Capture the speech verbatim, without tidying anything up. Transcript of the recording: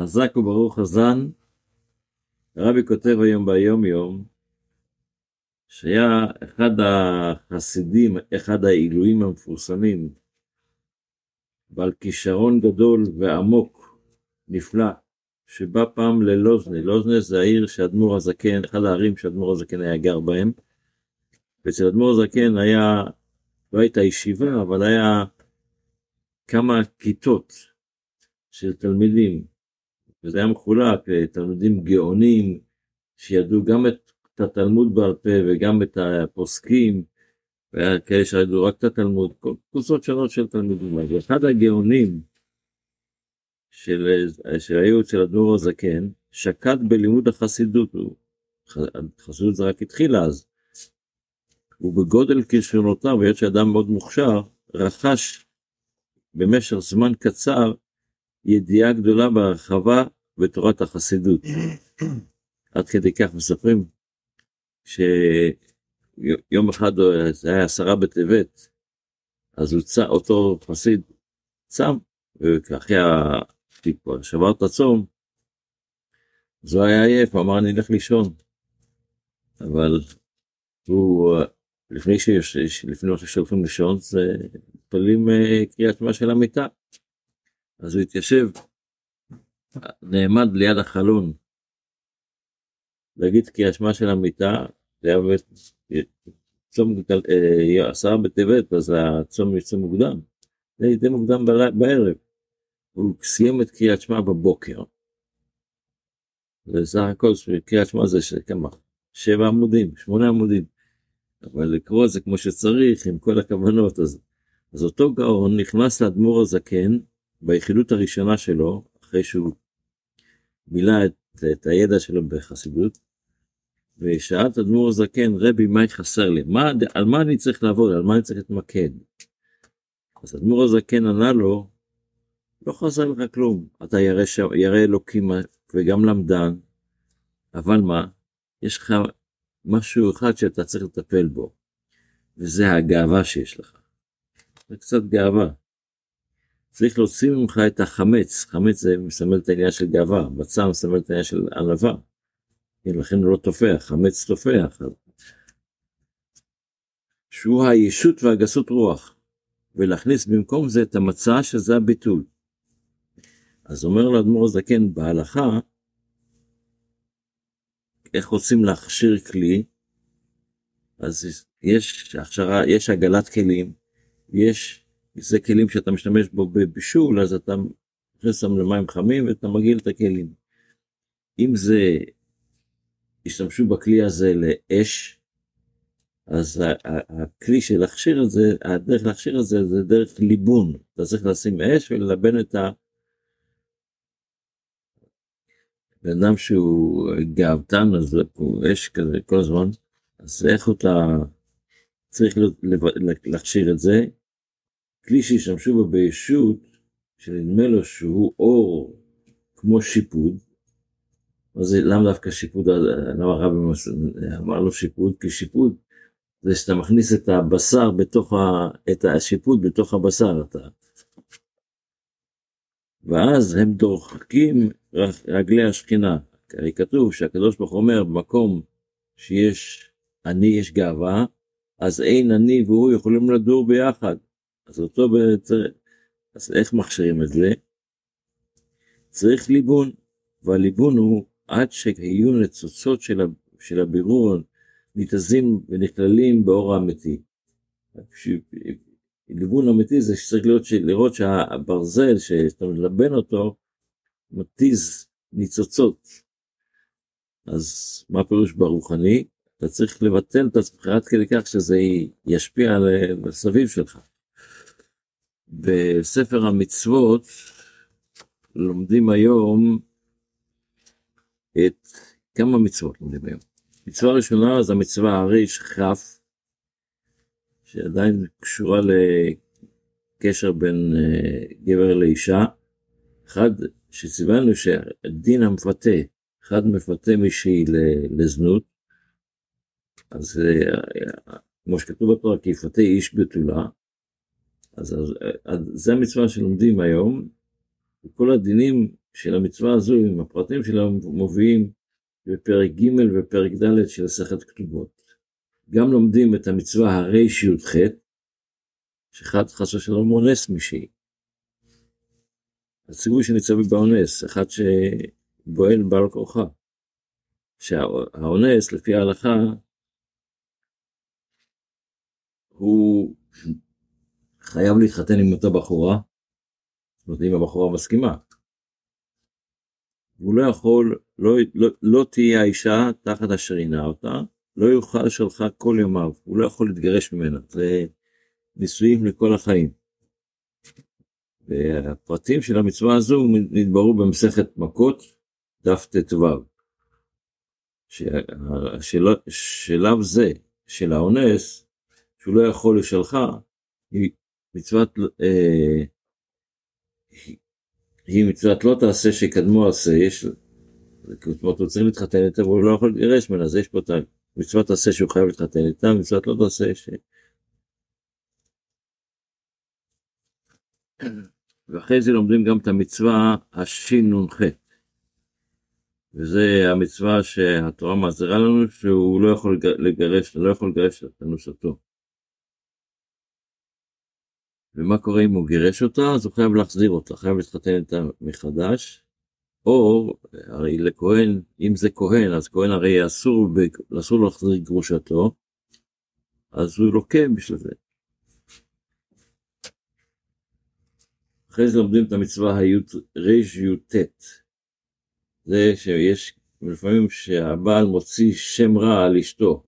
חזק וברוך הזן. הרבי כותב היום ביום יום, שהיה אחד החסידים, אחד העילויים המפורסמים, בעל כישרון גדול ועמוק, נפלא, שבא פעם ללוזנה. לוזנה זה העיר שאדמו"ר הזקן, אחד הערים שאדמו"ר הזקן היה גר בהם, ואצל אדמו"ר הזקן היה, לא הייתה ישיבה, אבל היה כמה כיתות של תלמידים, וזה היה מחולק לתלמידים גאונים, שידעו גם את התלמוד בעל פה וגם את הפוסקים, והיה כאלה שידעו רק את התלמוד, קבוצות שונות של תלמידים. ואחד הגאונים של, שהיו אצל אדמו"ר הזקן, שקד בלימוד החסידות, החסידות זה רק התחילה אז, ובגודל כישרונותיו, והיות שאדם מאוד מוכשר, רכש במשך זמן קצר ידיעה גדולה בהרחבה בתורת החסידות. עד כדי כך מספרים שיום אחד זה היה עשרה בטבת, אז הוא צא, אותו חסיד צם, ואחרי שבר את הצום, אז הוא היה עייף, אמר אני אלך לישון. אבל הוא, לפני שהולכים לישון, זה מתפללים קריאת שמע של המיטה. אז הוא התיישב, נעמד ליד החלון, להגיד קריאת שמע של המיטה. זה היה צום עשרה בטבת, אז הצום יצא מוקדם, זה יצא מוקדם בערב. הוא סיים את קריאת שמע בבוקר, וסך הכל קריאת שמע זה כמה? שבע עמודים, שמונה עמודים, אבל לקרוא את זה כמו שצריך, עם כל הכוונות. אז, אז אותו גאון נכנס לאדמו"ר הזקן, ביחידות הראשונה שלו, אחרי שהוא מילא את, את הידע שלו בחסידות, ושאל את אדמו"ר הזקן, רבי, מה חסר לי? מה, על מה אני צריך לעבוד? על מה אני צריך להתמקד? אז אדמו"ר הזקן ענה לו, לא חסר לך כלום, אתה ירא, ירא אלוקים וגם למדן, אבל מה? יש לך משהו אחד שאתה צריך לטפל בו, וזה הגאווה שיש לך. זה קצת גאווה. צריך להוציא ממך את החמץ. חמץ זה מסמל את העניין של גאווה, בצע מסמל את העניין של ענווה. לכן הוא לא תופח, חמץ תופח. שהוא הישות והגסות רוח, ולהכניס במקום זה את המצע שזה הביטול. אז אומר לאדמו"ר הזקן, בהלכה, איך רוצים להכשיר כלי? אז יש הכשרה, יש הגלת כלים, יש, זה כלים שאתה משתמש בו בבישול, אז אתה מכניס אותם למים חמים ואתה מגעיל את הכלים. אם זה, ישתמשו בכלי הזה לאש, אז הכלי של להכשיר את זה, הדרך להכשיר את זה, זה דרך ליבון. אתה צריך לשים אש וללבן את ה... בן אדם שהוא גאוותן, אז הוא אש כזה כל הזמן, אז איך אתה צריך להכשיר את זה? כלי שישתמשו בו בישות, שנדמה לו שהוא אור כמו שיפוד, אז למה דווקא שיפוד? למה הרב אמר לו שיפוד? כי שיפוד זה שאתה מכניס את הבשר בתוך ה... את השיפוד בתוך הבשר, אתה. ואז הם דורכים רגלי השכינה. הרי כתוב שהקדוש ברוך הוא אומר, במקום שיש אני, יש גאווה, אז אין אני והוא יכולים לדור ביחד. אז אותו בצר... אז איך מכשירים את זה? צריך ליבון, והליבון הוא עד שיהיו ניצוצות של, ה... של הבירור, ניתזים ונכללים באור האמיתי. ליבון אמיתי זה שצריך להיות, לראות שהברזל שאתה מלבן אותו, מתיז ניצוצות. אז מה פירוש ברוחני? אתה צריך לבטל את עצמך עד כדי כך שזה ישפיע על הסביב שלך. בספר המצוות לומדים היום את כמה מצוות לומדים היום. מצווה ראשונה זה המצווה הריש כף, שעדיין קשורה לקשר בין גבר לאישה. אחד שציוונו שהדין המפתה, אחד מפתה מישהי לזנות, אז כמו שכתוב בתורה, כי יפתה איש בתולה, אז, אז, אז זה המצווה שלומדים היום, וכל הדינים של המצווה הזו, עם הפרטים שלה, מופיעים בפרק ג' ופרק ד' של מסכת כתובות. גם לומדים את המצווה הריש י"ח, שאחד חס ושלום אונס מישהי. הציווי שניצב באונס, אחד שבועל בעל כורחה. שהאונס, לפי ההלכה, הוא חייב להתחתן עם אותה בחורה, זאת אומרת, אם הבחורה מסכימה. הוא לא יכול, לא, לא, לא תהיה האישה תחת אשר עינה אותה, לא יוכל שלך כל ימיו, הוא לא יכול להתגרש ממנה, זה נישואים לכל החיים. והפרטים של המצווה הזו נתבררו במסכת מכות, דף ט"ו. שלב זה של האונס, שהוא לא יכול לשלך, היא מצוות, אה, היא מצוות לא תעשה שקדמו עשה, יש, זאת אומרת, הוא צריך להתחתן איתה, והוא לא יכול להתגרש ממנה, אז יש פה את המצוות תעשה שהוא חייב להתחתן איתה, מצוות לא תעשה ש... ואחרי זה לומדים גם את המצווה הש"נ"ח, וזה המצווה שהתורה מזהירה לנו שהוא לא יכול לגרש, לא יכול לגרש את אנוסתו. ומה קורה אם הוא גירש אותה? אז הוא חייב להחזיר אותה, חייב להתחתן איתה מחדש, או הרי לכהן, אם זה כהן, אז כהן הרי אסור, אסור להחזיר גרושתו, אז הוא לוקה בשביל זה. אחרי זה לומדים את המצווה הריש י"ט, זה שיש לפעמים שהבעל מוציא שם רע על אשתו,